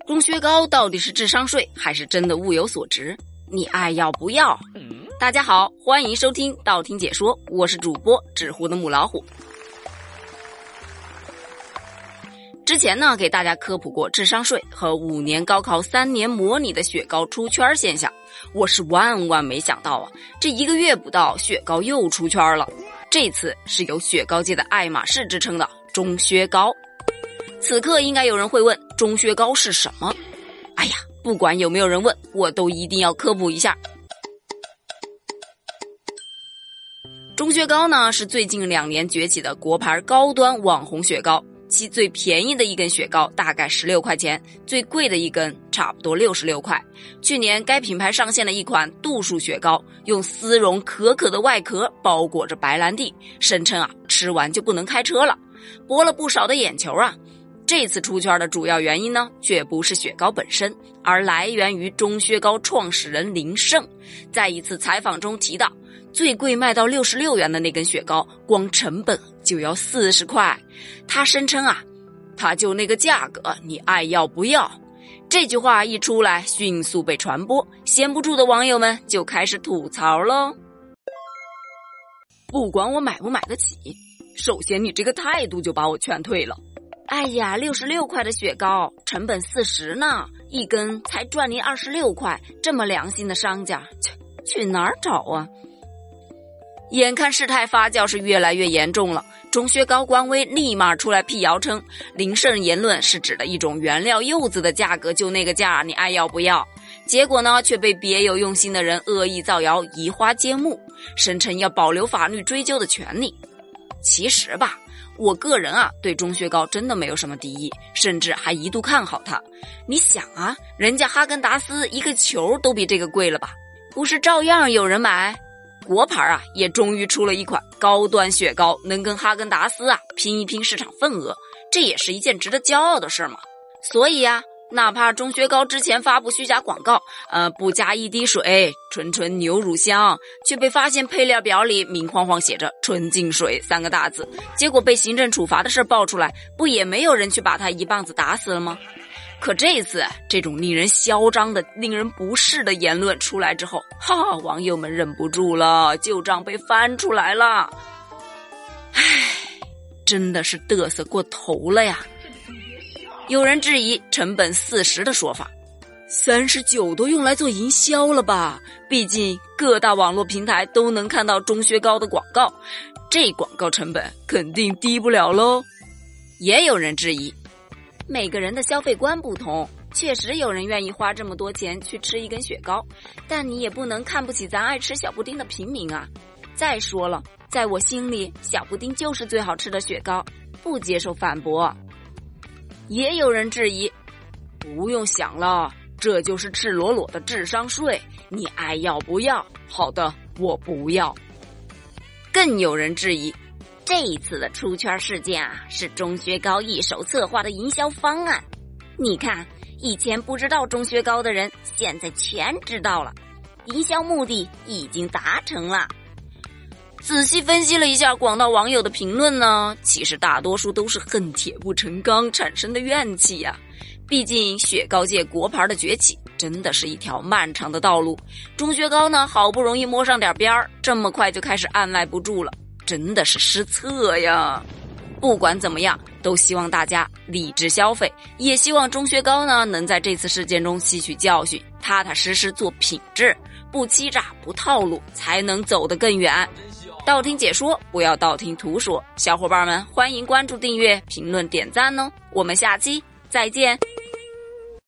钟薛高到底是智商税还是真的物有所值？你爱要不要？大家好，欢迎收听道听解说，我是主播纸糊的母老虎。之前呢，给大家科普过智商税和5年高考3年模拟的雪糕出圈现象，我是万万没想到啊，这1个月不到，雪糕又出圈了。这次是有雪糕界的爱马仕之称的钟薛高。此刻应该有人会问，钟薛高是什么？哎呀，不管有没有人问，我都一定要科普一下。钟薛高呢，是最近2年崛起的国牌高端网红雪糕，其最便宜的一根雪糕大概16块钱，最贵的一根差不多66块。去年该品牌上线了一款度数雪糕，用丝绒可可的外壳包裹着白兰地，声称吃完就不能开车了，博了不少的眼球啊。这次出圈的主要原因呢，却不是雪糕本身，而来源于钟薛高创始人林胜。在一次采访中提到，最贵卖到66元的那根雪糕，光成本就要40块。他声称他就那个价格，你爱要不要？这句话一出来，迅速被传播，闲不住的网友们就开始吐槽咯。不管我买不买得起，首先你这个态度就把我劝退了。哎呀，66块的雪糕，成本40呢，一根才赚你26块，这么良心的商家，去哪儿找啊？眼看事态发酵是越来越严重了，钟薛高官微立马出来辟谣称，林胜言论是指的一种原料柚子的价格就那个价，你爱要不要？结果呢，却被别有用心的人恶意造谣，移花接木，声称要保留法律追究的权利。其实吧，我个人对钟薛高真的没有什么敌意，甚至还一度看好它。你想人家哈根达斯一个球都比这个贵了吧，不是照样有人买？国牌也终于出了一款高端雪糕，能跟哈根达斯拼一拼市场份额，这也是一件值得骄傲的事嘛。所以哪怕钟薛高之前发布虚假广告，不加一滴水，纯纯牛乳香，却被发现配料表里明晃晃写着纯净水3个大字，结果被行政处罚的事爆出来，不也没有人去把他一棒子打死了吗？可这次这种令人嚣张的、令人不适的言论出来之后，网友们忍不住了，旧账被翻出来了。唉，真的是嘚瑟过头了呀。有人质疑成本40的说法，39都用来做营销了吧？毕竟各大网络平台都能看到钟薛高的广告，这广告成本肯定低不了咯。也有人质疑，每个人的消费观不同，确实有人愿意花这么多钱去吃一根雪糕，但你也不能看不起咱爱吃小布丁的平民啊。再说了，在我心里，小布丁就是最好吃的雪糕，不接受反驳。也有人质疑，不用想了，这就是赤裸裸的智商税，你爱要不要？好的，我不要。更有人质疑，这一次的出圈事件是钟薛高一手策划的营销方案。你看，以前不知道钟薛高的人，现在全知道了，营销目的已经达成了。仔细分析了一下广大网友的评论呢，其实大多数都是恨铁不成钢产生的怨气呀。毕竟雪糕界国牌的崛起真的是一条漫长的道路，钟薛高呢好不容易摸上点边儿，这么快就开始按捺不住了，真的是失策呀。不管怎么样，都希望大家理智消费，也希望钟薛高呢能在这次事件中吸取教训，踏踏实实做品质，不欺诈不套路，才能走得更远。道听解说，不要道听途说，小伙伴们欢迎关注订阅评论点赞哦，我们下期再见。